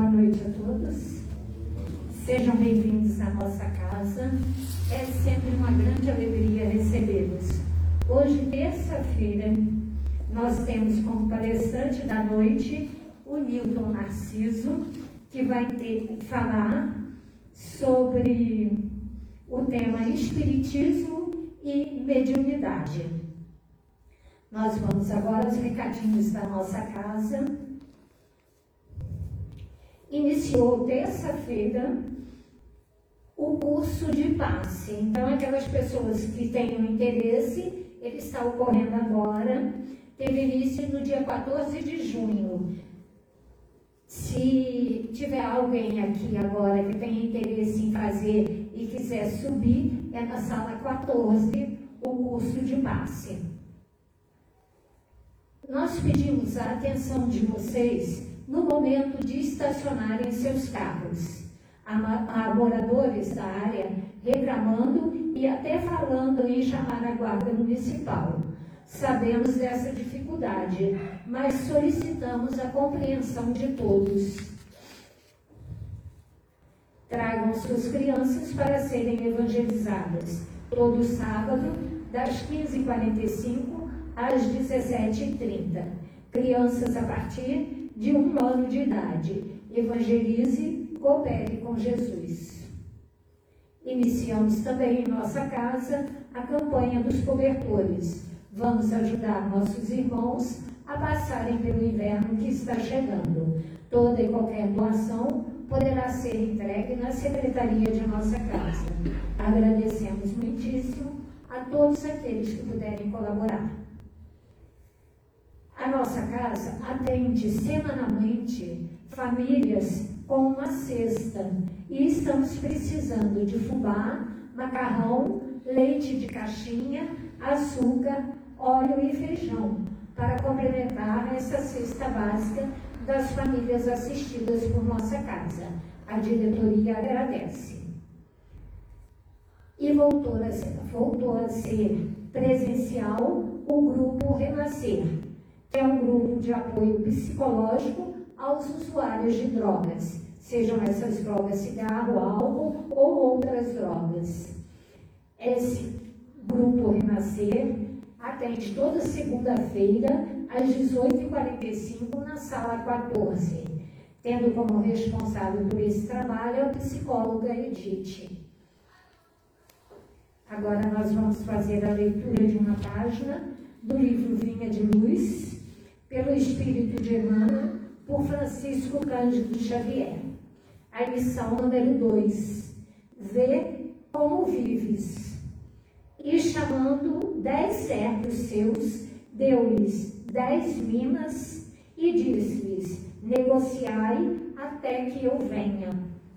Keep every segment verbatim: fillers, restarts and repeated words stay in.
noite a todos. Sejam bem-vindos à nossa casa. É sempre uma grande alegria recebê-los. Hoje, terça-feira, nós temos como palestrante da noite o Newton Narciso, que vai ter, falar sobre o tema Espiritismo e Mediunidade. Nós vamos agora aos recadinhos da nossa casa. Iniciou terça-feira o curso de passe. Então, aquelas pessoas que tenham interesse, ele está ocorrendo agora, teve início no dia quatorze de junho. Se tiver alguém aqui agora que tenha interesse em fazer e quiser subir, é na sala quatorze, o curso de passe. Nós pedimos a atenção de vocês no momento de estacionarem seus carros. Há, há moradores da área reclamando e até falando em chamar a guarda municipal. Sabemos dessa dificuldade, mas solicitamos a compreensão de todos. Tragam suas crianças para serem evangelizadas todo sábado, das quinze e quarenta e cinco às dezessete e trinta. Crianças a partir de um ano de idade. Evangelize, coopere com Jesus. Iniciamos também em nossa casa a campanha dos cobertores. Vamos ajudar nossos irmãos a passarem pelo inverno que está chegando. Toda e qualquer doação poderá ser entregue na secretaria de nossa casa. Agradecemos muitíssimo a todos aqueles que puderem colaborar. A nossa casa atende semanalmente famílias com uma cesta e estamos precisando de fubá, macarrão, leite de caixinha, açúcar, óleo e feijão para complementar essa cesta básica das famílias assistidas por nossa casa. A diretoria agradece. E voltou a ser, voltou a ser presencial o Grupo Renascer, que é um grupo de apoio psicológico aos usuários de drogas, sejam essas drogas cigarro, álcool ou outras drogas. Esse Grupo Renascer atende toda segunda-feira às dezoito e quarenta e cinco na sala quatorze, tendo como responsável por esse trabalho a psicóloga Edith. Agora nós vamos fazer a leitura de uma página do livro Vinha de Luz, pelo Espírito de Emmanuel, por Francisco Cândido Xavier. A lição número dois. Vê como vives. E chamando dez servos seus, deu-lhes dez minas e disse-lhes: negociai até que eu venha.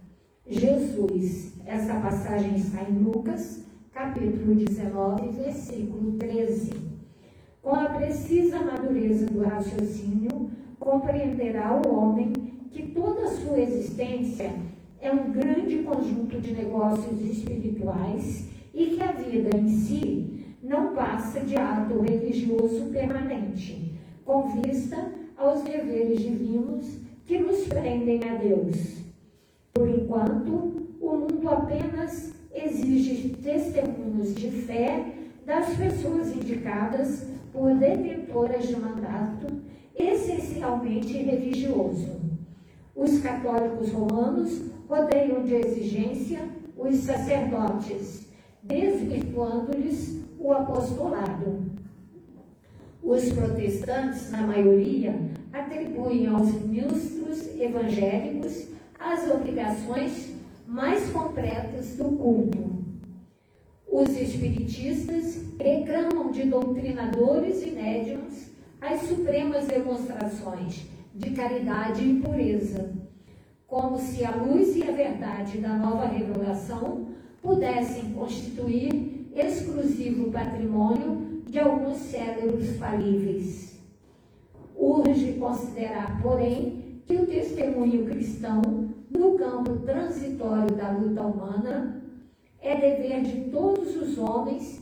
Jesus. Essa passagem está em Lucas, capítulo dezenove, versículo treze. Com a precisa madureza do raciocínio, compreenderá o homem que toda a sua existência é um grande conjunto de negócios espirituais e que a vida em si não passa de ato religioso permanente, com vista aos deveres divinos que nos prendem a Deus. Por enquanto, o mundo apenas exige testemunhos de fé das pessoas indicadas por detentoras de mandato, essencialmente religioso. Os católicos romanos rodeiam de exigência os sacerdotes, desvirtuando-lhes o apostolado. Os protestantes, na maioria, atribuem aos ministros evangélicos as obrigações mais completas do culto. Os espiritistas reclamam de doutrinadores e médiuns as supremas demonstrações de caridade e pureza, como se a luz e a verdade da nova revelação pudessem constituir exclusivo patrimônio de alguns cérebros falíveis. Urge considerar, porém, que o testemunho cristão no campo transitório da luta humana é dever de todos os homens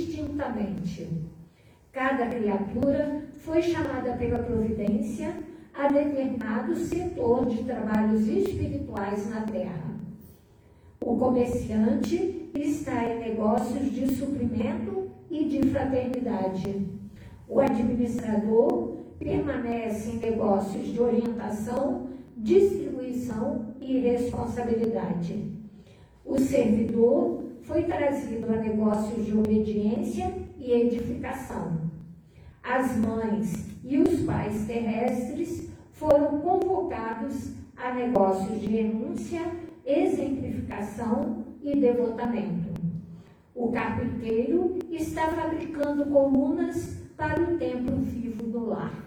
indistintamente. Cada criatura foi chamada pela providência a determinado setor de trabalhos espirituais na terra. O comerciante está em negócios de suprimento e de fraternidade. O administrador permanece em negócios de orientação, distribuição e responsabilidade. O servidor foi trazido a negócios de obediência e edificação. As mães e os pais terrestres foram convocados a negócios de renúncia, exemplificação e devotamento. O carpinteiro está fabricando colunas para o templo vivo do lar.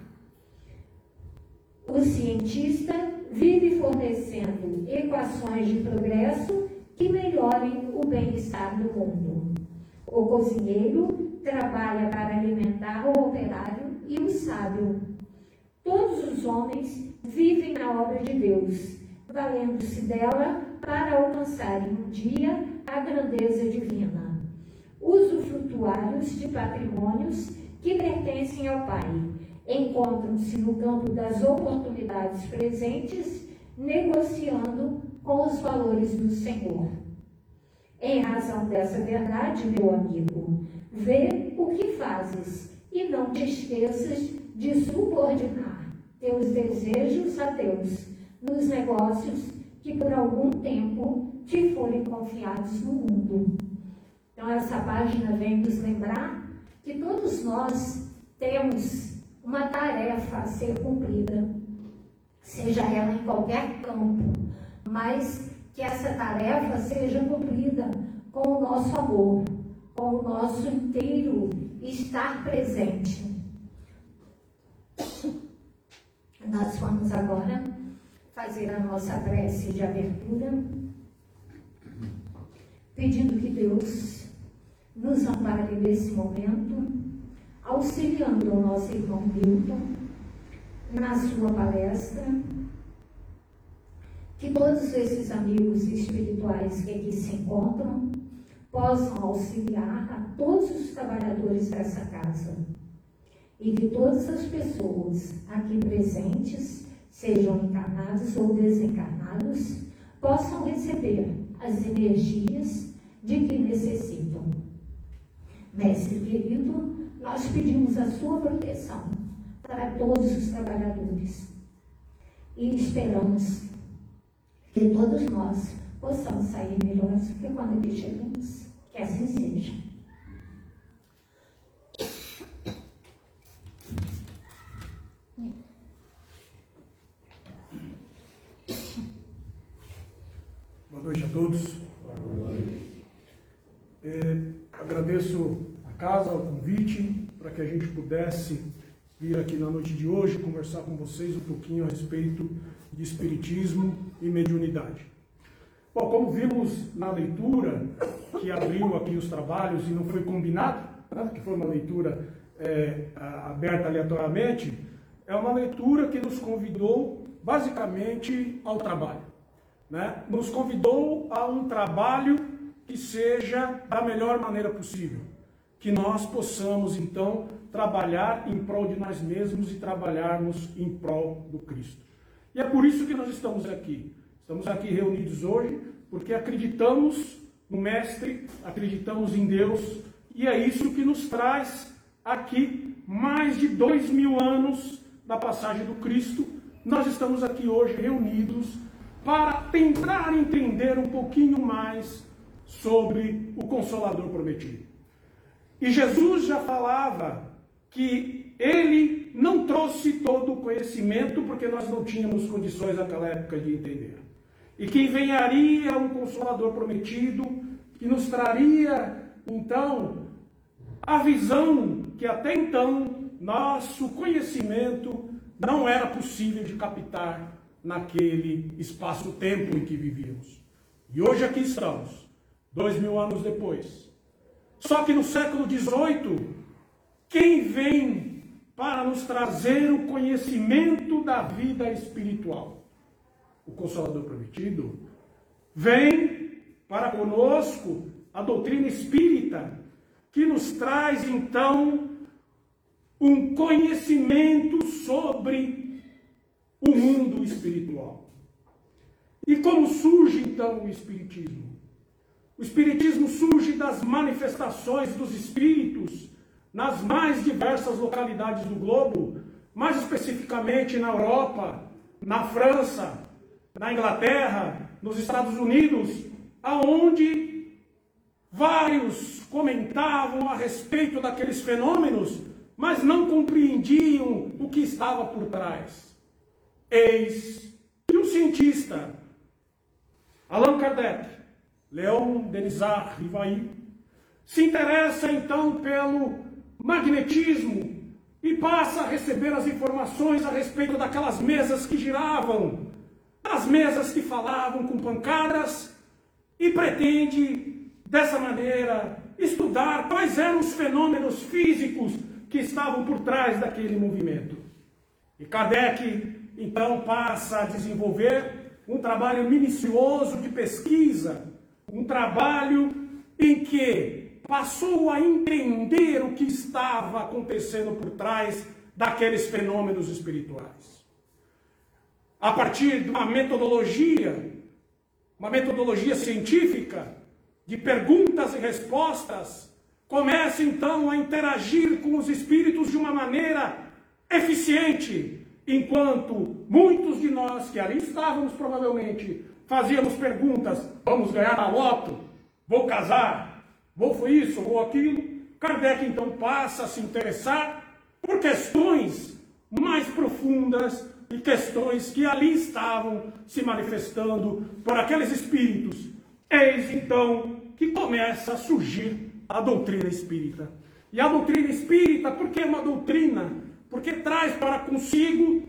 O cientista vive fornecendo equações de progresso que melhorem o bem-estar do mundo. O cozinheiro trabalha para alimentar o operário e o sábio. Todos os homens vivem na obra de Deus, valendo-se dela para alcançarem um dia a grandeza divina. Usufrutuários de patrimônios que pertencem ao Pai encontram-se no campo das oportunidades presentes, negociando com os valores do Senhor. Em razão dessa verdade, meu amigo, vê o que fazes e não te esqueças de subordinar teus desejos a Deus nos negócios que por algum tempo te forem confiados no mundo. Então essa página vem nos lembrar que todos nós temos uma tarefa a ser cumprida, seja ela em qualquer campo, mas que essa tarefa seja cumprida com o nosso amor, com o nosso inteiro estar presente. Nós vamos agora fazer a nossa prece de abertura, pedindo que Deus nos ampare nesse momento, auxiliando o nosso irmão Milton na sua palestra, que todos esses amigos espirituais que aqui se encontram possam auxiliar a todos os trabalhadores dessa casa e que todas as pessoas aqui presentes, sejam encarnados ou desencarnados, possam receber as energias de que necessitam. Mestre querido, nós pedimos a sua proteção para todos os trabalhadores e esperamos que todos nós possamos sair melhores do que quando aqui chegamos. Que assim seja. Boa noite a todos. É, agradeço a casa, o convite, para que a gente pudesse vir aqui na noite de hoje conversar com vocês um pouquinho a respeito de espiritismo e mediunidade. Bom, como vimos na leitura que abriu aqui os trabalhos e não foi combinado, né, que foi uma leitura é, aberta aleatoriamente, é uma leitura que nos convidou basicamente ao trabalho, né? Nos convidou a um trabalho que seja da melhor maneira possível, que nós possamos então trabalhar em prol de nós mesmos e trabalharmos em prol do Cristo. E é por isso que nós estamos aqui. Estamos aqui reunidos hoje porque acreditamos no Mestre, acreditamos em Deus, e é isso que nos traz aqui mais de dois mil anos da passagem do Cristo. Nós estamos aqui hoje reunidos para tentar entender um pouquinho mais sobre o Consolador prometido. E Jesus já falava que ele não trouxe todo o conhecimento porque nós não tínhamos condições naquela época de entender. E que enviaria um Consolador prometido que nos traria, então, a visão que até então nosso conhecimento não era possível de captar naquele espaço-tempo em que vivíamos. E hoje aqui estamos, dois mil anos depois. Só que no século dezoito, quem vem para nos trazer o conhecimento da vida espiritual? O Consolador prometido vem para conosco a doutrina espírita, que nos traz então um conhecimento sobre o mundo espiritual. E como surge então o Espiritismo? O Espiritismo surge das manifestações dos espíritos nas mais diversas localidades do globo, mais especificamente na Europa, na França, na Inglaterra, nos Estados Unidos, aonde vários comentavam a respeito daqueles fenômenos, mas não compreendiam o que estava por trás. Eis que um cientista, Allan Kardec, Leon Denisard Rivail, se interessa então pelo magnetismo e passa a receber as informações a respeito daquelas mesas que giravam, as mesas que falavam com pancadas, e pretende, dessa maneira, estudar quais eram os fenômenos físicos que estavam por trás daquele movimento. E Kardec, então, passa a desenvolver um trabalho minucioso de pesquisa, um trabalho em que passou a entender o que estava acontecendo por trás daqueles fenômenos espirituais. A partir de uma metodologia, uma metodologia científica, de perguntas e respostas, começa então a interagir com os espíritos de uma maneira eficiente, enquanto muitos de nós que ali estávamos provavelmente fazíamos perguntas: vamos ganhar na loto? Vou casar? Vou isso? Vou aquilo? Kardec então passa a se interessar por questões mais profundas e questões que ali estavam se manifestando por aqueles espíritos. Eis então que começa a surgir a doutrina espírita. E a doutrina espírita, por que uma doutrina? Porque traz para consigo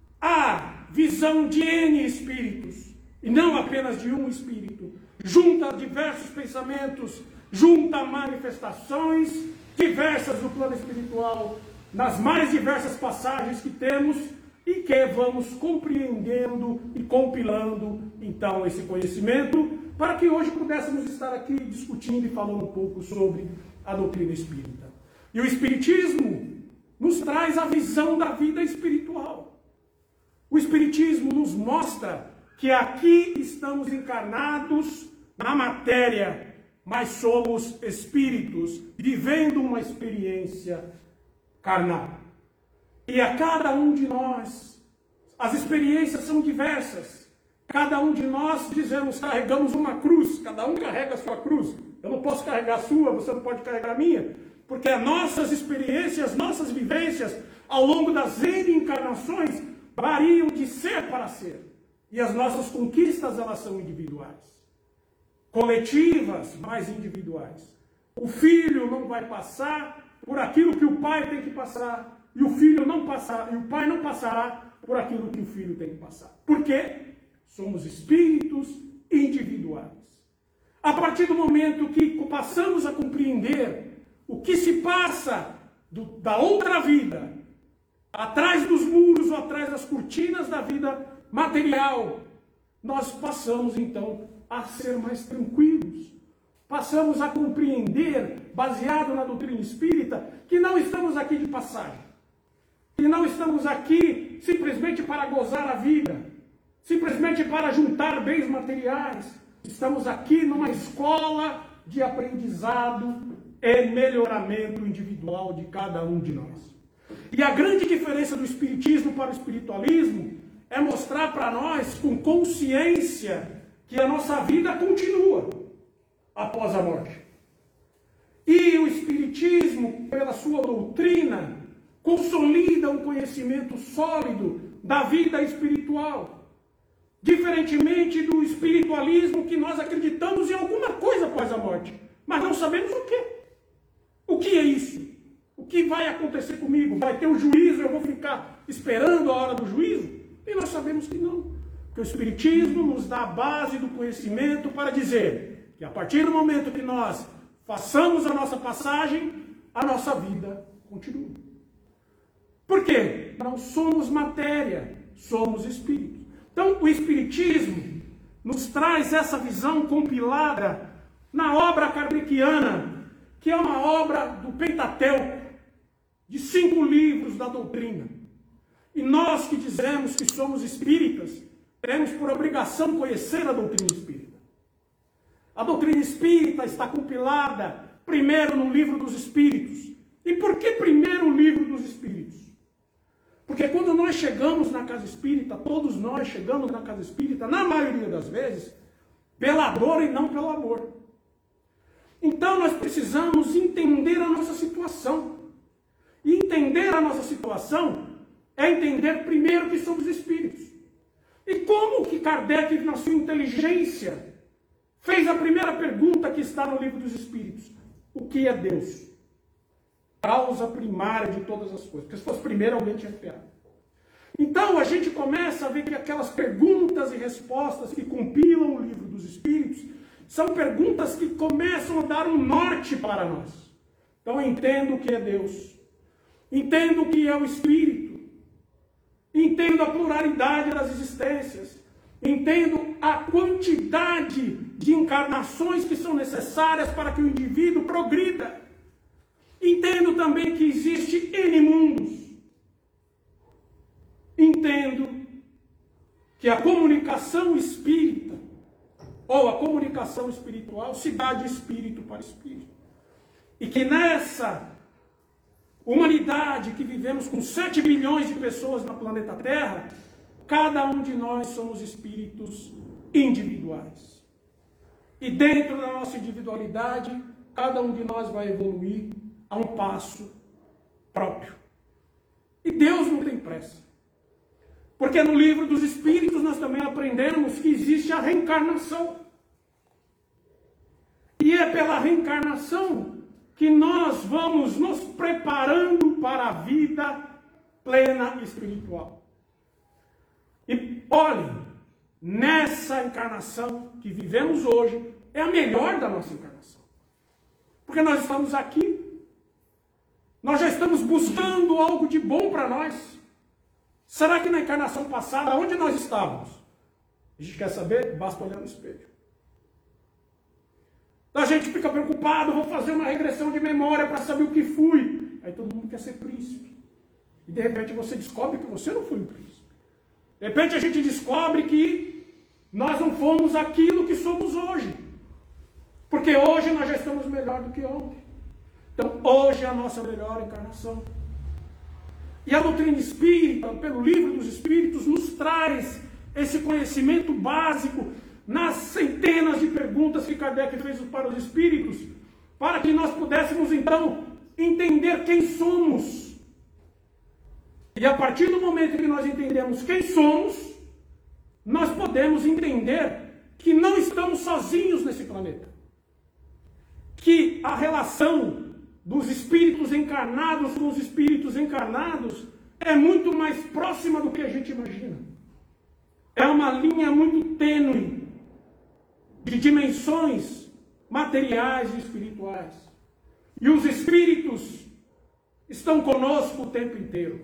a visão de N espíritos, e não apenas de um espírito. Junta diversos pensamentos, junta manifestações diversas do plano espiritual, nas mais diversas passagens que temos, e que vamos compreendendo e compilando, então, esse conhecimento, para que hoje pudéssemos estar aqui discutindo e falando um pouco sobre a doutrina espírita. E o Espiritismo nos traz a visão da vida espiritual. O Espiritismo nos mostra que aqui estamos encarnados na matéria, mas somos espíritos vivendo uma experiência carnal. E a cada um de nós, as experiências são diversas. Cada um de nós, dizemos, carregamos uma cruz. Cada um carrega a sua cruz. Eu não posso carregar a sua, você não pode carregar a minha. Porque as nossas experiências, nossas vivências, ao longo das N encarnações, variam de ser para ser. E as nossas conquistas, elas são individuais. Coletivas, mas individuais. O filho não vai passar por aquilo que o pai tem que passar. E o filho não passar, e o pai não passará por aquilo que o filho tem que passar. Por quê? Somos espíritos individuais. A partir do momento que passamos a compreender o que se passa do, da outra vida, atrás dos muros ou atrás das cortinas da vida material, nós passamos então a ser mais tranquilos. Passamos a compreender, baseado na doutrina espírita, que não estamos aqui de passagem. Que não estamos aqui simplesmente para gozar a vida, simplesmente para juntar bens materiais. Estamos aqui numa escola de aprendizado e melhoramento individual de cada um de nós. E a grande diferença do espiritismo para o espiritualismo é mostrar para nós com consciência que a nossa vida continua após a morte. E o espiritismo, pela sua doutrina, consolida um conhecimento sólido da vida espiritual. Diferentemente do espiritualismo, que nós acreditamos em alguma coisa após a morte, mas não sabemos o que. O que é isso? O que vai acontecer comigo? Vai ter um juízo, eu vou ficar esperando a hora do juízo? E nós sabemos que não. Porque o espiritismo nos dá a base do conhecimento para dizer que a partir do momento que nós façamos a nossa passagem, a nossa vida continua. Por quê? Não somos matéria, somos espírito. Então, o espiritismo nos traz essa visão compilada na obra kardeciana, que é uma obra do Pentateuco, de cinco livros da doutrina. E nós que dizemos que somos espíritas, temos por obrigação conhecer a doutrina espírita. A doutrina espírita está compilada primeiro no Livro dos Espíritos. E por que primeiro o Livro dos Espíritos? Porque quando nós chegamos na casa espírita, todos nós chegamos na casa espírita, na maioria das vezes, pela dor e não pelo amor. Então nós precisamos entender a nossa situação. E entender a nossa situação é entender primeiro que somos espíritos. E como que Kardec, na sua inteligência, fez a primeira pergunta que está no Livro dos Espíritos? O que é Deus? Causa primária de todas as coisas. Porque se fosse primeiro, alguém tinha esperado. Então a gente começa a ver que aquelas perguntas e respostas que compilam o Livro dos Espíritos são perguntas que começam a dar um norte para nós. Então eu entendo o que é Deus. Entendo o que é o Espírito. Entendo a pluralidade das existências. Entendo a quantidade de encarnações que são necessárias para que o indivíduo progrida. Entendo também que existe N mundos. Entendo que a comunicação espírita, ou a comunicação espiritual, se dá de espírito para espírito. E que nessa humanidade que vivemos com sete bilhões de pessoas no planeta Terra, cada um de nós somos espíritos individuais. E dentro da nossa individualidade, cada um de nós vai evoluir a um passo próprio. E Deus não tem pressa. Porque no Livro dos Espíritos nós também aprendemos que existe a reencarnação. E é pela reencarnação que nós vamos nos preparando para a vida plena espiritual. E olhem, nessa encarnação que vivemos hoje, é a melhor da nossa encarnação. Porque nós estamos aqui, nós já estamos buscando algo de bom para nós. Será que na encarnação passada, onde nós estávamos? A gente quer saber? Basta olhar no espelho. A gente fica preocupado, vou fazer uma regressão de memória para saber o que fui. Aí todo mundo quer ser príncipe. E de repente você descobre que você não foi um príncipe. De repente a gente descobre que nós não fomos aquilo que somos hoje. Porque hoje nós já estamos melhor do que ontem. Então hoje é a nossa melhor encarnação. E a doutrina espírita, pelo Livro dos Espíritos, nos traz esse conhecimento básico nas centenas de perguntas que Kardec fez para os espíritos, para que nós pudéssemos então entender quem somos. E a partir do momento que nós entendemos quem somos, nós podemos entender que não estamos sozinhos nesse planeta. Que a relação dos espíritos encarnados com os espíritos encarnados é muito mais próxima do que a gente imagina. É uma linha muito tênue de dimensões materiais e espirituais. E os espíritos estão conosco o tempo inteiro.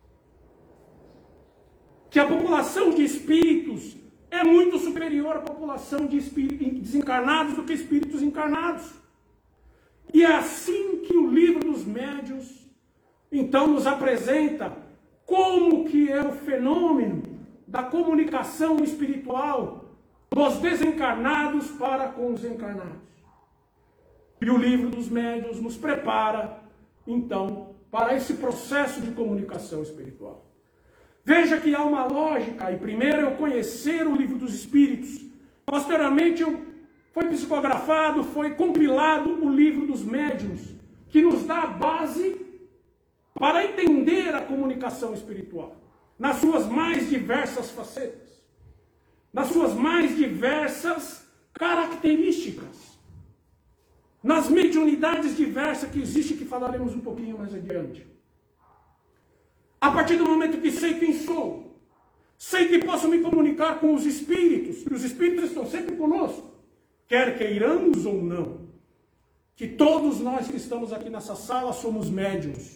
Que a população de espíritos é muito superior à população de espíritos desencarnados do que espíritos encarnados. E é assim que o Livro dos Médiuns, então, nos apresenta como que é o fenômeno da comunicação espiritual dos desencarnados para com os encarnados. E o Livro dos Médiuns nos prepara, então, para esse processo de comunicação espiritual. Veja que há uma lógica, e primeiro eu conhecer o Livro dos Espíritos, posteriormente eu foi psicografado, foi compilado o Livro dos Médiuns, que nos dá a base para entender a comunicação espiritual, nas suas mais diversas facetas, nas suas mais diversas características, nas mediunidades diversas que existem, que falaremos um pouquinho mais adiante. A partir do momento que sei quem sou, sei que posso me comunicar com os espíritos, que os espíritos estão sempre conosco, quer queiramos ou não, que todos nós que estamos aqui nessa sala somos médiuns.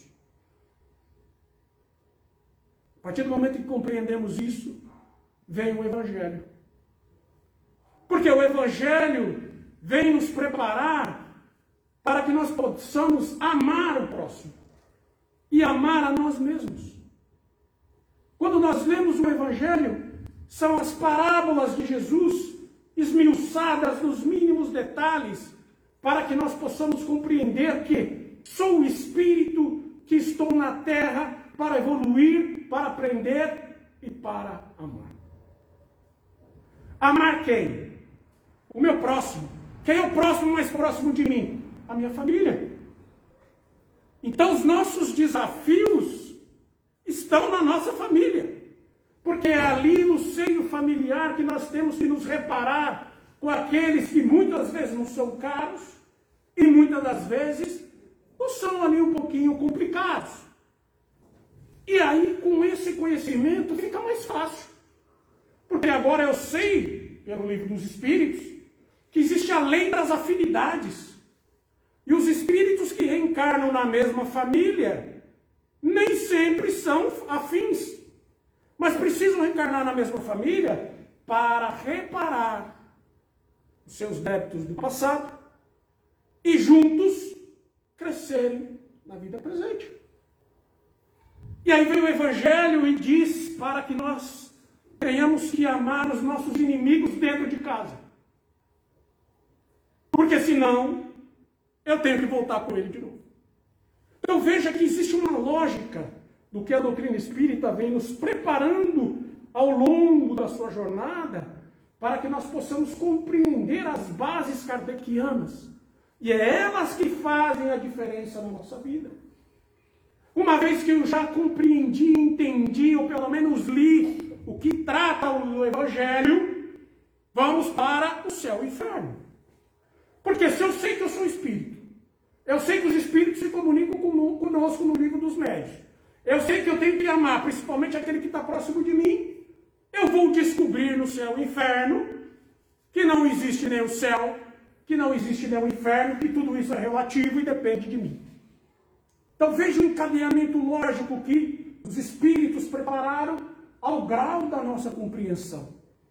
A partir do momento que compreendemos isso, vem o Evangelho. Porque o Evangelho vem nos preparar para que nós possamos amar o próximo e amar a nós mesmos. Quando nós lemos o Evangelho, são as parábolas de Jesus esmiuçadas nos mínimos detalhes, para que nós possamos compreender que sou o Espírito que estou na terra para evoluir, para aprender e para amar. Amar quem? O meu próximo. Quem é o próximo mais próximo de mim? A minha família. Então os nossos desafios estão na nossa família. Porque é ali no seio familiar que nós temos que nos reparar com aqueles que muitas vezes não são caros e muitas das vezes não são ali um pouquinho complicados. E aí, com esse conhecimento, fica mais fácil. Porque agora eu sei, pelo livro dos Espíritos, que existe a lei das afinidades. E os espíritos que reencarnam na mesma família nem sempre são afins. Mas precisam reencarnar na mesma família para reparar os seus débitos do passado e juntos crescerem na vida presente. E aí vem o Evangelho e diz para que nós tenhamos que amar os nossos inimigos dentro de casa. Porque senão eu tenho que voltar com ele de novo. Então veja que existe uma lógica do que a doutrina espírita vem nos preparando ao longo da sua jornada para que nós possamos compreender as bases kardecianas. E é elas que fazem a diferença na nossa vida. Uma vez que eu já compreendi, entendi, ou pelo menos li o que trata o Evangelho, vamos para o céu e o inferno. Porque se eu sei que eu sou espírito, eu sei que os espíritos se comunicam conosco no livro dos médiuns, eu sei que eu tenho que amar, principalmente aquele que está próximo de mim, eu vou descobrir no céu e inferno que não existe nem o céu, que não existe nem o inferno, que tudo isso é relativo e depende de mim. Então veja o encadeamento lógico que os espíritos prepararam ao grau da nossa compreensão.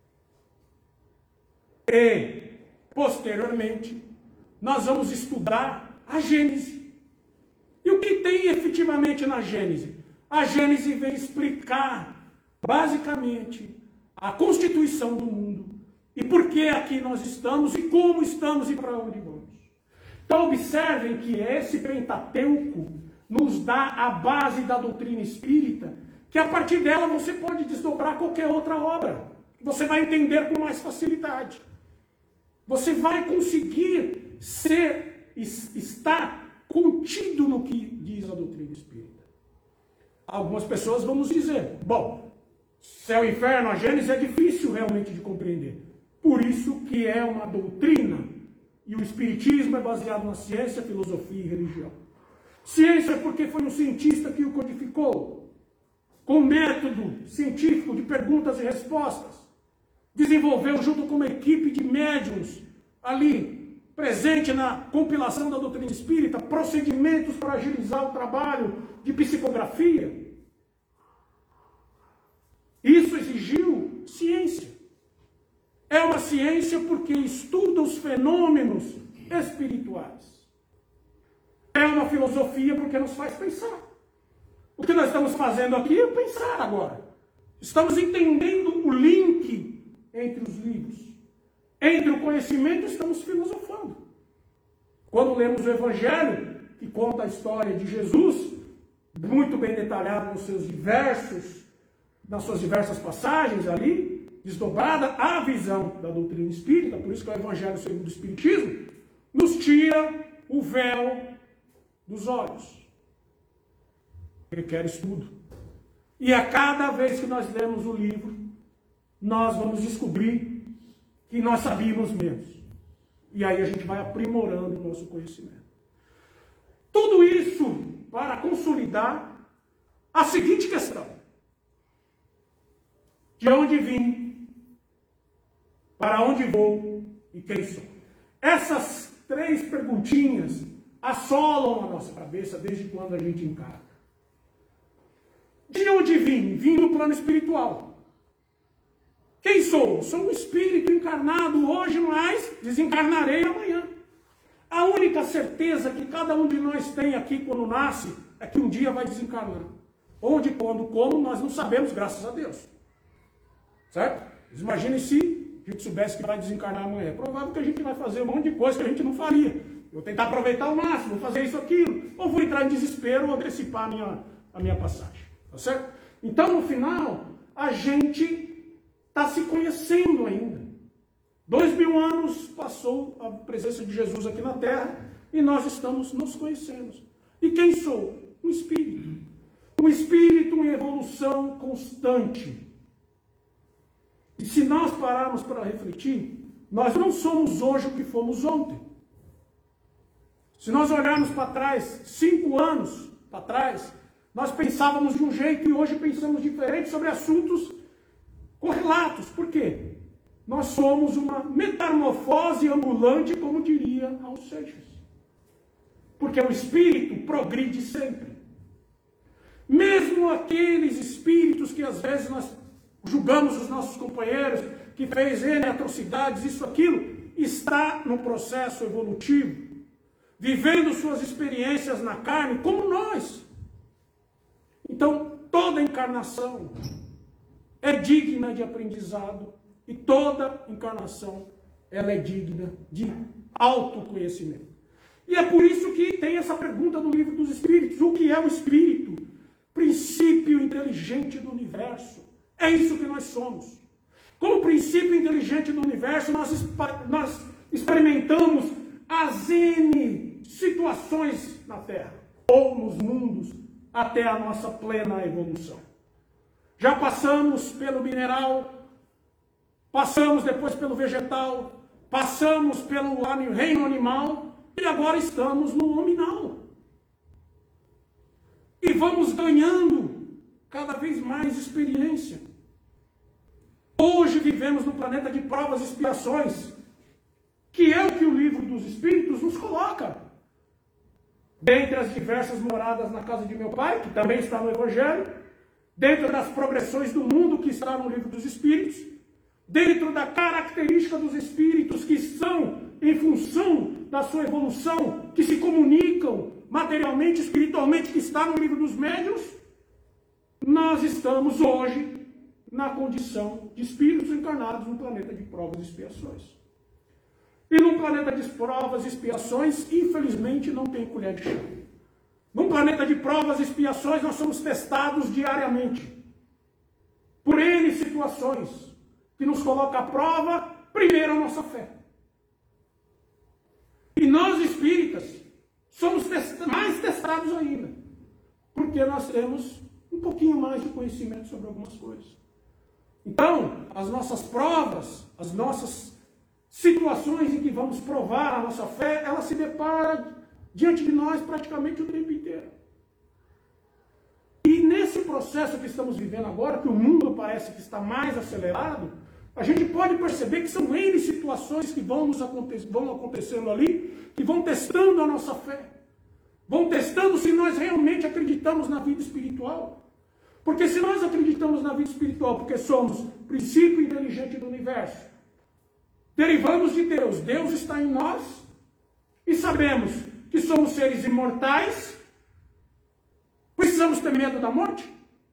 E, posteriormente, nós vamos estudar a Gênese. E o que tem efetivamente na Gênese? A Gênese vem explicar, basicamente, a constituição do mundo e por que aqui nós estamos e como estamos e para onde vamos. Então observem que esse Pentateuco nos dá a base da doutrina espírita, que a partir dela você pode desdobrar qualquer outra obra. Você vai entender com mais facilidade. Você vai conseguir ser, estar contido no que diz a doutrina espírita. Algumas pessoas vão nos dizer, bom, céu e inferno, a Gênese é difícil realmente de compreender. Por isso que é uma doutrina. E o Espiritismo é baseado na ciência, filosofia e religião. Ciência porque foi um cientista que o codificou, com método científico de perguntas e respostas. Desenvolveu junto com uma equipe de médiuns ali, presente na compilação da doutrina espírita, procedimentos para agilizar o trabalho de psicografia. Isso exigiu ciência. É uma ciência porque estuda os fenômenos espirituais. É uma filosofia porque nos faz pensar. O que nós estamos fazendo aqui é pensar agora. Estamos entendendo o link entre os livros. Entre o conhecimento estamos filosofando. Quando lemos o Evangelho, que conta a história de Jesus, muito bem detalhado nos seus diversos, nas suas diversas passagens ali, desdobrada a visão da doutrina espírita, por isso que o Evangelho segundo o Espiritismo nos tira o véu dos olhos. Requer estudo. E a cada vez que nós lemos o livro, nós vamos descobrir que nós sabíamos menos. E aí a gente vai aprimorando o nosso conhecimento. Tudo isso para consolidar a seguinte questão. De onde vim, para onde vou e quem sou? Essas três perguntinhas assolam a nossa cabeça desde quando a gente encarna. De onde vim? Vim no plano espiritual. Quem sou? Sou um espírito encarnado hoje, mas desencarnarei amanhã. A única certeza que cada um de nós tem aqui quando nasce é que um dia vai desencarnar. Onde, quando, como, nós não sabemos, graças a Deus. Certo? Imagine se a gente soubesse que vai desencarnar amanhã. É provável que a gente vai fazer um monte de coisa que a gente não faria. Eu vou tentar aproveitar ao máximo, vou fazer isso, aquilo. Ou vou entrar em desespero ou antecipar a minha, a minha passagem. Tá certo? Então, no final, a gente está se conhecendo ainda. Dois mil anos passou a presença de Jesus aqui na Terra e nós estamos nos conhecendo. E quem sou? Um espírito. Um espírito em evolução constante. E se nós pararmos para refletir, nós não somos hoje o que fomos ontem. Se nós olharmos para trás, cinco anos para trás, nós pensávamos de um jeito e hoje pensamos diferente sobre assuntos correlatos. Por quê? Nós somos uma metamorfose ambulante, como diria Raul Seixas. Porque o espírito progride sempre. Mesmo aqueles espíritos que às vezes nós julgamos os nossos companheiros, que fez N atrocidades, isso, aquilo, está no processo evolutivo, vivendo suas experiências na carne, como nós. Então, toda encarnação é digna de aprendizado e toda encarnação ela é digna de autoconhecimento. E é por isso que tem essa pergunta no Livro dos Espíritos: o que é o espírito? Princípio inteligente do universo. É isso que nós somos. Como princípio inteligente do universo, nós, nós experimentamos as N situações na Terra, ou nos mundos, até a nossa plena evolução. Já passamos pelo mineral, passamos depois pelo vegetal, passamos pelo reino animal, e agora estamos no nominal. E vamos ganhando cada vez mais experiência. Hoje vivemos no planeta de provas e expiações, que é o que o Livro dos Espíritos nos coloca. Dentre as diversas moradas na casa de meu pai, que também está no Evangelho, dentro das progressões do mundo, que está no Livro dos Espíritos, dentro da característica dos espíritos que são em função da sua evolução, que se comunicam materialmente, espiritualmente, que está no Livro dos Médiuns, nós estamos hoje na condição de espíritos encarnados no planeta de provas e expiações. E no planeta de provas e expiações, infelizmente, não tem colher de chá. No planeta de provas e expiações, nós somos testados diariamente por N situações que nos colocam à prova, primeiro, a nossa fé. E nós, espíritas, somos test- mais testados ainda, porque nós temos um pouquinho mais de conhecimento sobre algumas coisas. Então, as nossas provas, as nossas situações em que vamos provar a nossa fé, ela se depara diante de nós praticamente o tempo inteiro. E nesse processo que estamos vivendo agora, que o mundo parece que está mais acelerado, a gente pode perceber que são N situações que vão, nos aconte- vão acontecendo ali, que vão testando a nossa fé. Vão testando se nós realmente acreditamos na vida espiritual. Porque se nós acreditamos na vida espiritual, porque somos princípio inteligente do universo, derivamos de Deus, Deus está em nós, e sabemos que somos seres imortais, precisamos ter medo da morte?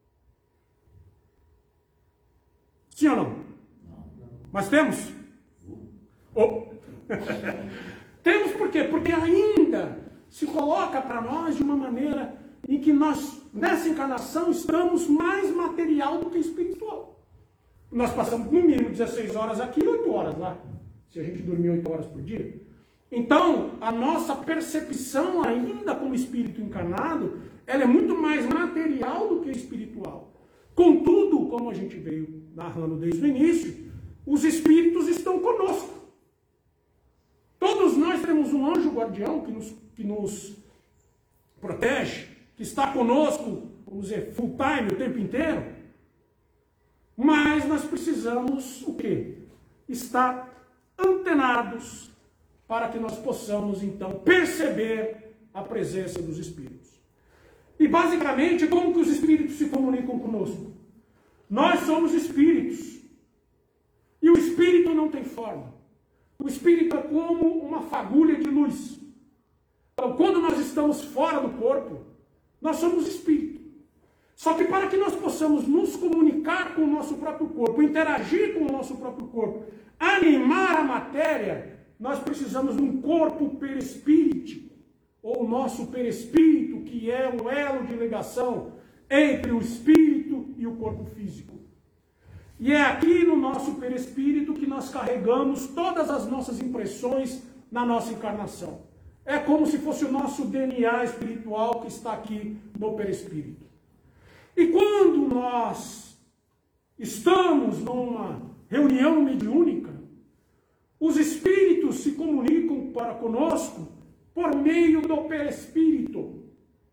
Sim ou não? Mas temos? Oh. Temos por quê? Porque ainda se coloca para nós de uma maneira em que nós, nessa encarnação, estamos mais material do que espiritual. Nós passamos no mínimo dezesseis horas aqui e oito horas lá, se a gente dormir oito horas por dia. Então, a nossa percepção ainda como espírito encarnado, ela é muito mais material do que espiritual. Contudo, como a gente veio narrando desde o início, os espíritos estão conosco. Todos nós temos um anjo guardião que nos, que nos protege, que está conosco, vamos dizer, full time, o tempo inteiro. Mas nós precisamos, o quê? Estar antenados para que nós possamos, então, perceber a presença dos espíritos. E, basicamente, como que os espíritos se comunicam conosco? Nós somos espíritos. E o espírito não tem forma. O espírito é como uma fagulha de luz. Então, quando nós estamos fora do corpo, nós somos espírito. Só que para que nós possamos nos comunicar com o nosso próprio corpo, interagir com o nosso próprio corpo, animar a matéria, nós precisamos de um corpo perispíritico, ou o nosso perispírito, que é o elo de ligação entre o espírito e o corpo físico. E é aqui no nosso perispírito que nós carregamos todas as nossas impressões na nossa encarnação. É como se fosse o nosso D N A espiritual que está aqui no perispírito. E quando nós estamos numa reunião mediúnica, os espíritos se comunicam para conosco por meio do perispírito.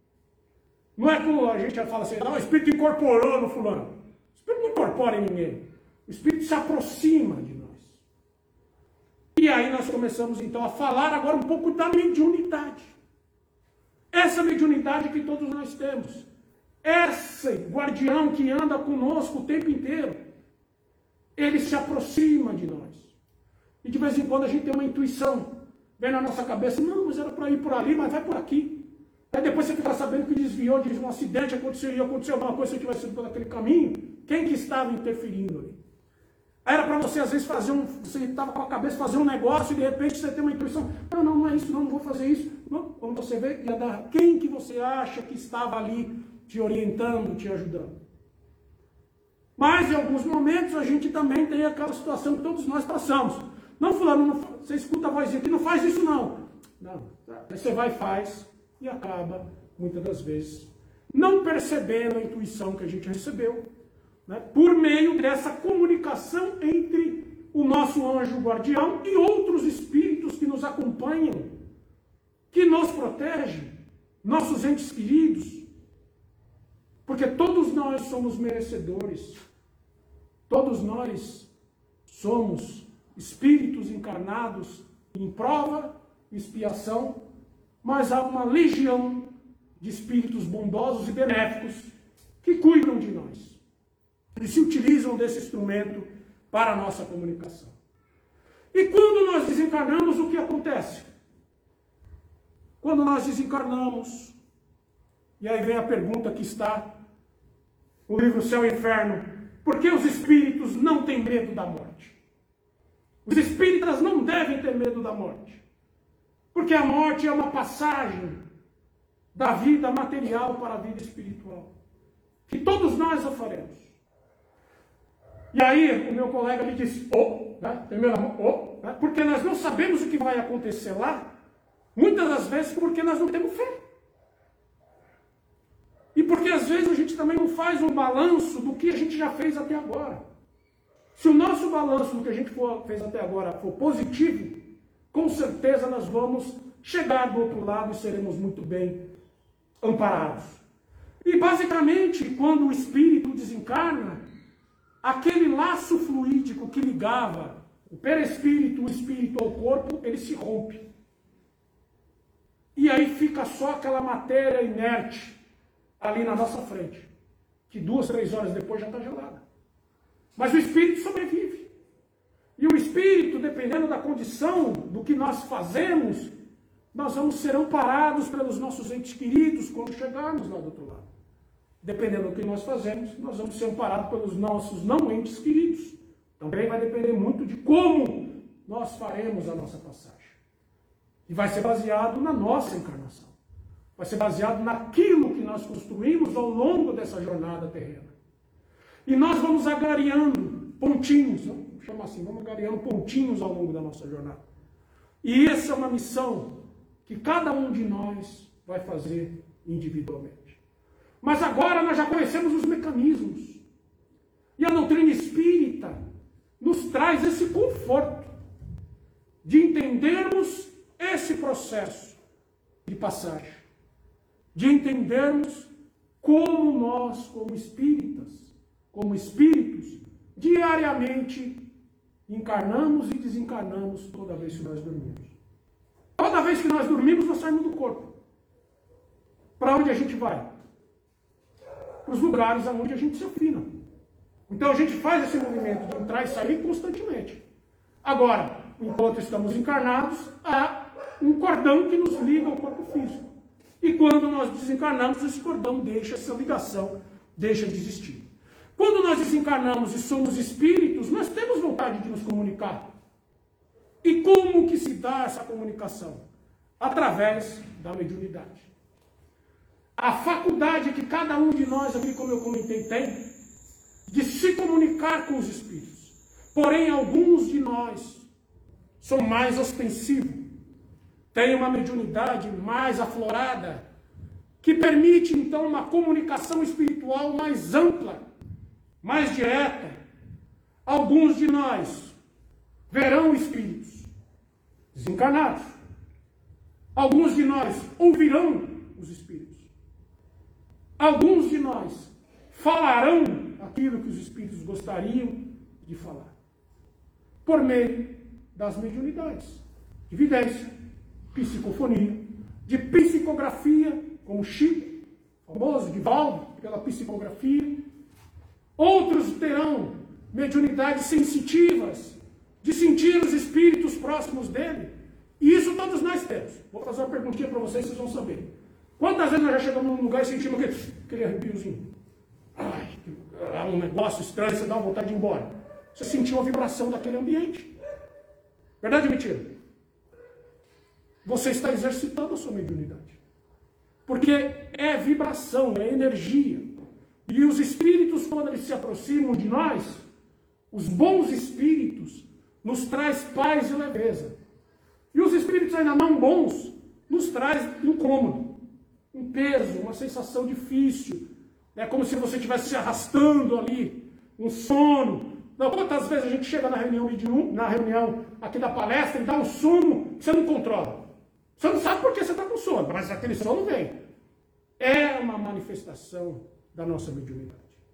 Não é como a gente fala assim, não, o espírito incorporou no fulano. O espírito não incorpora em ninguém. O espírito se aproxima de nós. E aí nós começamos então a falar agora um pouco da mediunidade. Essa mediunidade que todos nós temos. Esse guardião que anda conosco o tempo inteiro, ele se aproxima de nós. E de vez em quando a gente tem uma intuição, vem na nossa cabeça, não, mas era para ir por ali, mas vai por aqui. Aí depois você fica sabendo que desviou de um acidente, aconteceu, e aconteceu alguma coisa, se eu tivesse ido por aquele caminho, quem que estava interferindo ali? Aí era para você às vezes fazer um, você estava com a cabeça fazer um negócio e de repente você tem uma intuição, não, não, não é isso, não, não vou fazer isso. Não, quando você vê, ia dar, quem que você acha que estava ali te orientando, te ajudando? Mas em alguns momentos a gente também tem aquela situação que todos nós passamos. Não, fulano, não, você escuta a vozinha aqui, não faz isso não. Não, aí você vai e faz e acaba, muitas das vezes, não percebendo a intuição que a gente recebeu, né, por meio dessa comunicação entre o nosso anjo guardião e outros espíritos que nos acompanham, que nos protegem, nossos entes queridos. Porque todos nós somos merecedores, todos nós somos espíritos encarnados em prova, expiação, mas há uma legião de espíritos bondosos e benéficos que cuidam de nós. Eles se utilizam desse instrumento para a nossa comunicação. E quando nós desencarnamos, o que acontece? Quando nós desencarnamos, e aí vem a pergunta que está no livro Céu e Inferno, por que os espíritos não têm medo da morte? Os espíritas não devem ter medo da morte. Porque a morte é uma passagem da vida material para a vida espiritual. Que todos nós a faremos. E aí o meu colega me disse, oh, né, oh, né, porque nós não sabemos o que vai acontecer lá, muitas das vezes porque nós não temos fé. E porque às vezes a gente também não faz um balanço do que a gente já fez até agora. Se o nosso balanço do que a gente for, fez até agora for positivo, com certeza nós vamos chegar do outro lado e seremos muito bem amparados. E basicamente, quando o espírito desencarna, aquele laço fluídico que ligava o perispírito, o espírito ao corpo, ele se rompe. E aí fica só aquela matéria inerte ali na nossa frente, que duas, três horas depois já está gelada. Mas o espírito sobrevive. E o espírito, dependendo da condição do que nós fazemos, nós vamos ser amparados pelos nossos entes queridos quando chegarmos lá do outro lado. Dependendo do que nós fazemos, nós vamos ser amparados pelos nossos não entes queridos. Também vai depender muito de como nós faremos a nossa passagem. E vai ser baseado na nossa encarnação. Vai ser baseado naquilo que nós construímos ao longo dessa jornada terrena. E nós vamos agariando pontinhos, vamos chamar assim, vamos agariando pontinhos ao longo da nossa jornada. E essa é uma missão que cada um de nós vai fazer individualmente. Mas agora nós já conhecemos os mecanismos. E a doutrina espírita nos traz esse conforto de entendermos esse processo de passagem. De entendermos como nós, como espíritas, como espíritos, diariamente encarnamos e desencarnamos toda vez que nós dormimos. Toda vez que nós dormimos, nós saímos do corpo. Para onde a gente vai? Para os lugares onde a gente se afina. Então a gente faz esse movimento de entrar e sair constantemente. Agora, enquanto estamos encarnados, há um cordão que nos liga ao corpo físico. E quando nós desencarnamos, esse cordão deixa essa ligação deixa de existir. Quando nós desencarnamos e somos espíritos, nós temos vontade de nos comunicar. E como que se dá essa comunicação? Através da mediunidade. A faculdade que cada um de nós aqui, como eu comentei, tem, de se comunicar com os espíritos. Porém, alguns de nós são mais ostensivos, têm uma mediunidade mais aflorada, que permite, então, uma comunicação espiritual mais ampla, mais direta. Alguns de nós verão espíritos desencarnados. Alguns de nós ouvirão os espíritos. Alguns de nós falarão aquilo que os espíritos gostariam de falar. Por meio das mediunidades. De vidência, psicofonia, de psicografia, como Chico, famoso, Divaldo, pela psicografia. Outros terão mediunidades sensitivas, de sentir os espíritos próximos dele. E isso todos nós temos. Vou fazer uma perguntinha para vocês, vocês vão saber. Quantas vezes nós já chegamos num lugar e sentimos aquele, aquele arrepiozinho? Ai, é um negócio estranho, você dá uma vontade de ir embora. Você sentiu a vibração daquele ambiente. Verdade ou mentira? Você está exercitando a sua mediunidade. Porque é vibração, é energia. E os espíritos, quando eles se aproximam de nós, os bons espíritos, nos traz paz e leveza. E os espíritos ainda não bons, nos traz incômodo, um peso, uma sensação difícil. É como se você estivesse se arrastando ali, um sono. Não, quantas vezes a gente chega na reunião, na reunião aqui da palestra e dá um sono que você não controla. Você não sabe por que você está com sono, mas aquele sono vem. É uma manifestação da nossa mediunidade.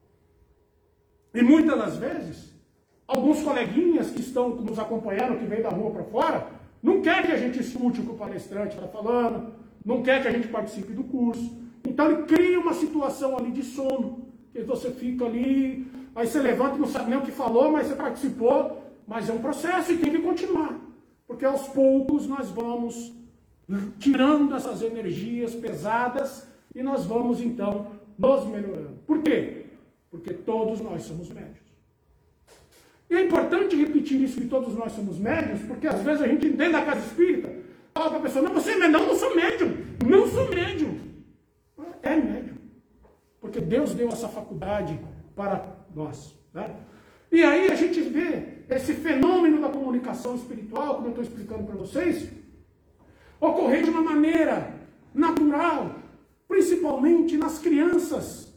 E muitas das vezes, alguns coleguinhas que estão nos acompanhando, que vêm da rua para fora, não quer que a gente escute o que o palestrante está falando, não quer que a gente participe do curso. Então ele cria uma situação ali de sono, que você fica ali, aí você levanta e não sabe nem o que falou, mas você participou, mas é um processo e tem que continuar. Porque aos poucos nós vamos tirando essas energias pesadas e nós vamos então nos melhorando. Por quê? Porque todos nós somos médios. E é importante repetir isso, que todos nós somos médios, porque às vezes a gente, dentro da casa espírita, fala para a pessoa, não, você é médium, não, não sou médium, não sou médium. É médium. Porque Deus deu essa faculdade para nós. Né? E aí a gente vê esse fenômeno da comunicação espiritual, como eu estou explicando para vocês, ocorrer de uma maneira natural, principalmente nas crianças,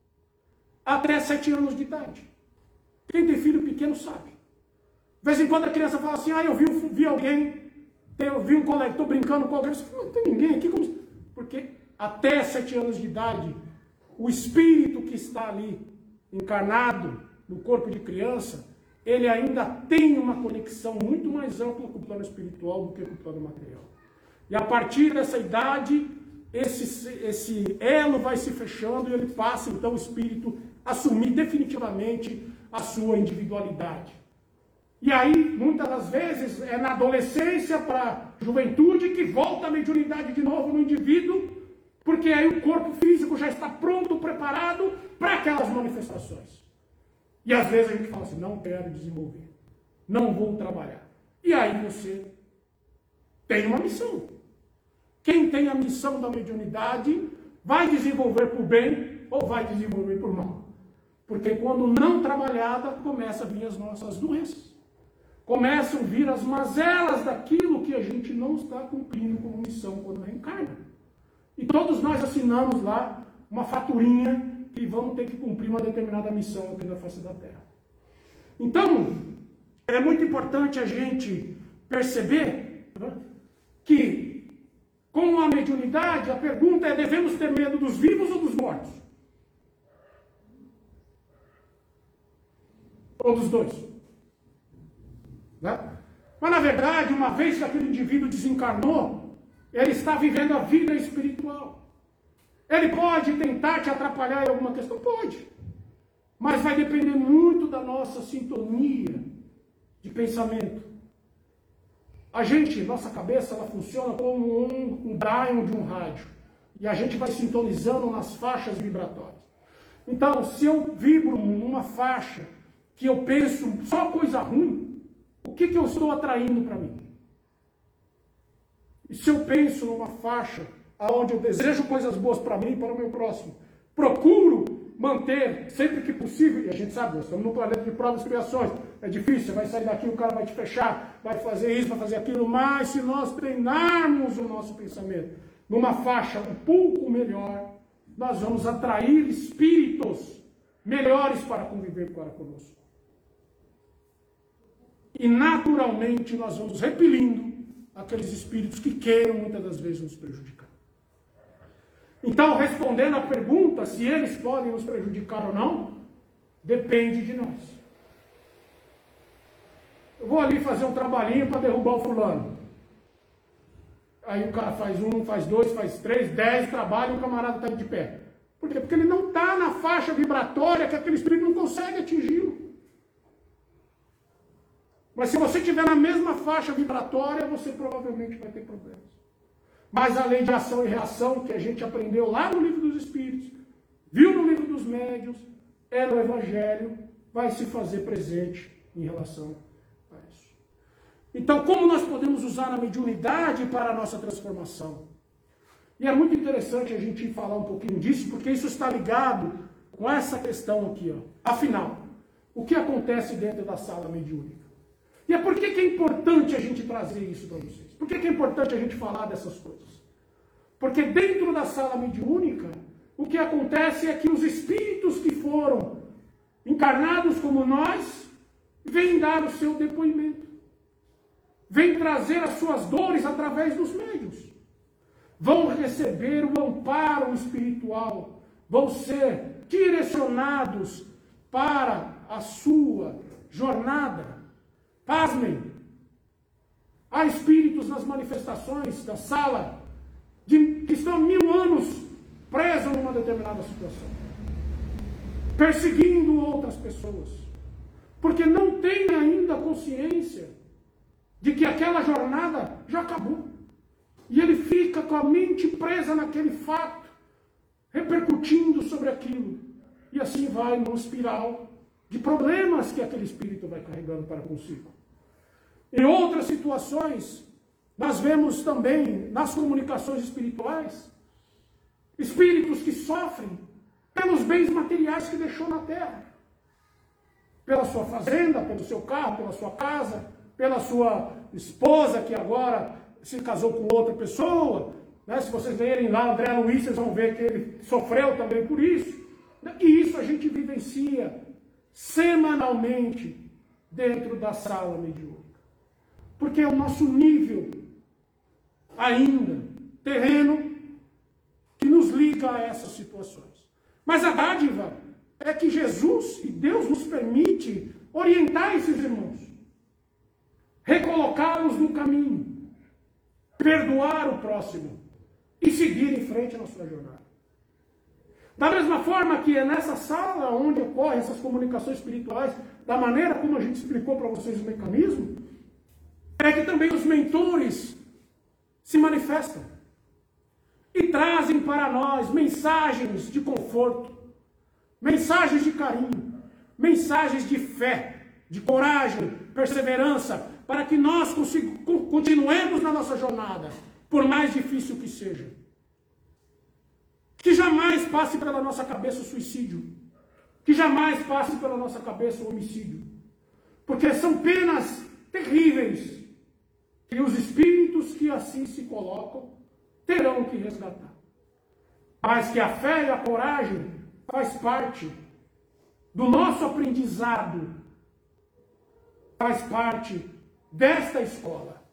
até sete anos de idade. Quem tem filho pequeno sabe. De vez em quando a criança fala assim, ah, eu vi, vi alguém, eu vi um colega, estou brincando com alguém, não tem ninguém aqui. Como... Porque até sete anos de idade, o espírito que está ali, encarnado no corpo de criança, ele ainda tem uma conexão muito mais ampla com o plano espiritual do que com o plano material. E a partir dessa idade, esse, esse elo vai se fechando e ele passa, então, o espírito a assumir definitivamente a sua individualidade. E aí, muitas das vezes, é na adolescência para a juventude que volta a mediunidade de novo no indivíduo, porque aí o corpo físico já está pronto, preparado para aquelas manifestações. E às vezes a gente fala assim, não quero desenvolver, não vou trabalhar. E aí você tem uma missão. Quem tem a missão da mediunidade vai desenvolver por bem ou vai desenvolver por mal. Porque quando não trabalhada, começam a vir as nossas doenças. Começam a vir as mazelas daquilo que a gente não está cumprindo como missão quando reencarna. E todos nós assinamos lá uma faturinha que vamos ter que cumprir uma determinada missão aqui na face da Terra. Então, é muito importante a gente perceber, né, que com a mediunidade, a pergunta é, devemos ter medo dos vivos ou dos mortos? Ou dos dois? Né? Mas, na verdade, uma vez que aquele indivíduo desencarnou, ele está vivendo a vida espiritual. Ele pode tentar te atrapalhar em alguma questão? Pode. Mas vai depender muito da nossa sintonia de pensamento. A gente, nossa cabeça, ela funciona como um, um dial de um rádio. E a gente vai sintonizando nas faixas vibratórias. Então, se eu vibro numa faixa que eu penso só coisa ruim, o que, que eu estou atraindo para mim? E se eu penso numa faixa onde eu desejo coisas boas para mim e para o meu próximo, procuro manter, sempre que possível, e a gente sabe, nós estamos num planeta de provas e expiações, é difícil, você vai sair daqui, o cara vai te fechar, vai fazer isso, vai fazer aquilo, mas se nós treinarmos o nosso pensamento numa faixa um pouco melhor, nós vamos atrair espíritos melhores para conviver para conosco. E naturalmente nós vamos repelindo aqueles espíritos que queiram muitas das vezes nos prejudicar. Então, respondendo à pergunta se eles podem nos prejudicar ou não, depende de nós. Eu vou ali fazer um trabalhinho para derrubar o fulano. Aí o cara faz um, faz dois, faz três, dez trabalhos e o camarada está de pé. Por quê? Porque ele não está na faixa vibratória que aquele espírito não consegue atingi-lo. Mas se você estiver na mesma faixa vibratória, você provavelmente vai ter problemas. Mas a lei de ação e reação que a gente aprendeu lá no livro dos Espíritos, viu no livro dos Médiuns, é no Evangelho, vai se fazer presente em relação a isso. Então, como nós podemos usar a mediunidade para a nossa transformação? E é muito interessante a gente falar um pouquinho disso, porque isso está ligado com essa questão aqui. Ó. Afinal, o que acontece dentro da sala mediúnica? E é por que, que é importante a gente trazer isso para vocês? Por que, que é importante a gente falar dessas coisas? Porque dentro da sala mediúnica, o que acontece é que os espíritos que foram encarnados como nós, vêm dar o seu depoimento. Vêm trazer as suas dores através dos médiuns. Vão receber o amparo espiritual. Vão ser direcionados para a sua jornada. Pasmem, há espíritos nas manifestações da sala de, que estão há mil anos presos numa determinada situação, perseguindo outras pessoas, porque não têm ainda consciência de que aquela jornada já acabou. E ele fica com a mente presa naquele fato, repercutindo sobre aquilo, e assim vai numa espiral de problemas que aquele espírito vai carregando para consigo. Em outras situações, nós vemos também nas comunicações espirituais, espíritos que sofrem pelos bens materiais que deixou na terra. Pela sua fazenda, pelo seu carro, pela sua casa, pela sua esposa que agora se casou com outra pessoa. Né? Se vocês lerem lá André Luiz, vocês vão ver que ele sofreu também por isso. E isso a gente vivencia semanalmente dentro da sala mediúnica. Porque é o nosso nível ainda terreno que nos liga a essas situações. Mas a dádiva é que Jesus e Deus nos permite orientar esses irmãos, recolocá-los no caminho, perdoar o próximo e seguir em frente na sua jornada. Da mesma forma que é nessa sala onde ocorrem essas comunicações espirituais, da maneira como a gente explicou para vocês o mecanismo, é que também os mentores se manifestam e trazem para nós mensagens de conforto, mensagens de carinho, mensagens de fé, de coragem, perseverança, para que nós continuemos na nossa jornada, por mais difícil que seja. Que jamais passe pela nossa cabeça o suicídio. Que jamais passe pela nossa cabeça o homicídio. Porque são penas terríveis que os espíritos que assim se colocam terão que resgatar. Mas que a fé e a coragem faz parte do nosso aprendizado, faz parte desta escola.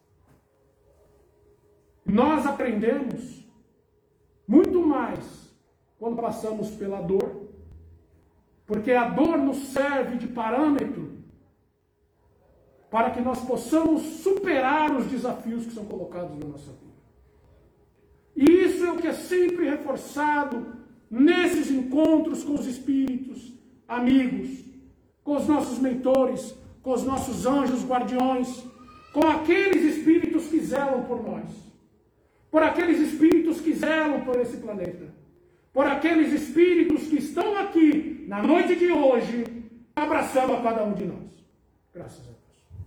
Nós aprendemos muito mais quando passamos pela dor, porque a dor nos serve de parâmetro para que nós possamos superar os desafios que são colocados na nossa vida. E isso é o que é sempre reforçado nesses encontros com os espíritos, amigos, com os nossos mentores, com os nossos anjos guardiões, com aqueles espíritos que zelam por nós, por aqueles espíritos que zelam por esse planeta, por aqueles espíritos que estão aqui na noite de hoje, abraçando a cada um de nós. Graças a Deus.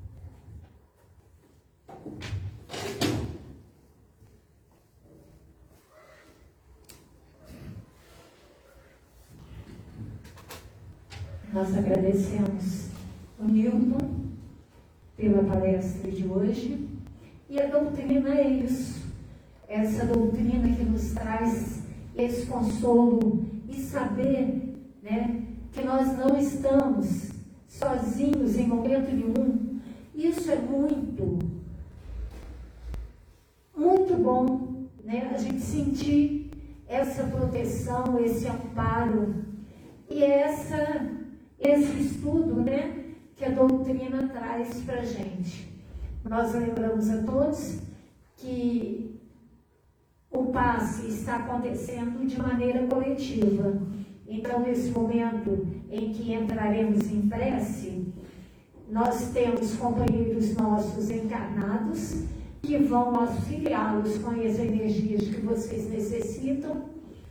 Nós agradecemos o Newton pela palestra de hoje. E a doutrina é isso. Essa doutrina que nos traz esse consolo e saber, né, que nós não estamos sozinhos em momento nenhum. Isso é muito, muito bom, né, a gente sentir essa proteção, esse amparo e essa, esse estudo, né, que a doutrina traz para a gente. Nós lembramos a todos que o passe está acontecendo de maneira coletiva. Então, nesse momento em que entraremos em prece, nós temos companheiros nossos encarnados que vão auxiliá-los com as energias que vocês necessitam,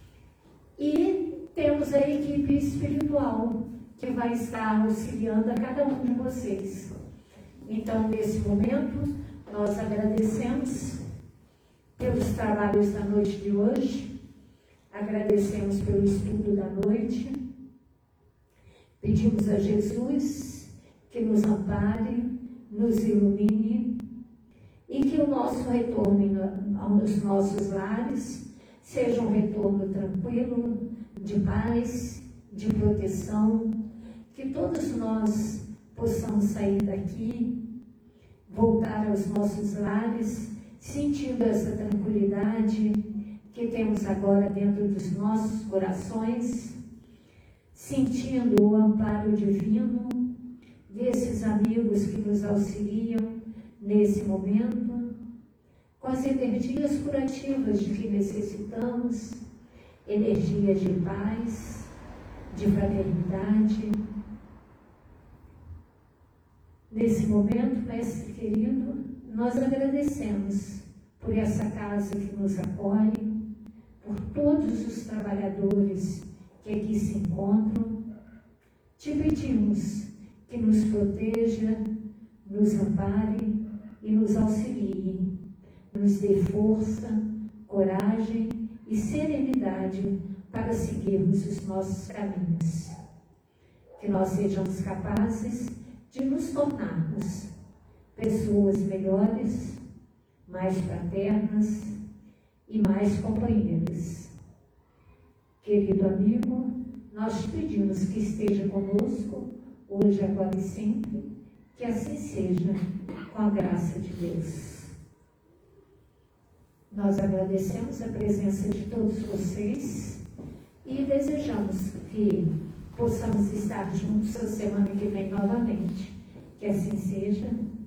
e temos a equipe espiritual que vai estar auxiliando a cada um de vocês. Então, nesse momento, nós agradecemos pelos trabalhos da noite de hoje, agradecemos pelo estudo da noite, pedimos a Jesus que nos ampare, nos ilumine e que o nosso retorno aos nossos lares seja um retorno tranquilo, de paz, de proteção, que todos nós possamos sair daqui, voltar aos nossos lares, sentindo essa tranquilidade que temos agora dentro dos nossos corações, sentindo o amparo divino desses amigos que nos auxiliam nesse momento, com as energias curativas de que necessitamos, energias de paz, de fraternidade. Nesse momento, mestre querido, nós agradecemos por essa casa que nos acolhe, por todos os trabalhadores que aqui se encontram. Te pedimos que nos proteja, nos ampare e nos auxilie, nos dê força, coragem e serenidade para seguirmos os nossos caminhos. Que nós sejamos capazes de nos tornarmos pessoas melhores, mais fraternas e mais companheiras. Querido amigo, nós te pedimos que esteja conosco, hoje, agora e sempre, que assim seja, com a graça de Deus. Nós agradecemos a presença de todos vocês e desejamos que possamos estar juntos a semana que vem novamente. Que assim seja.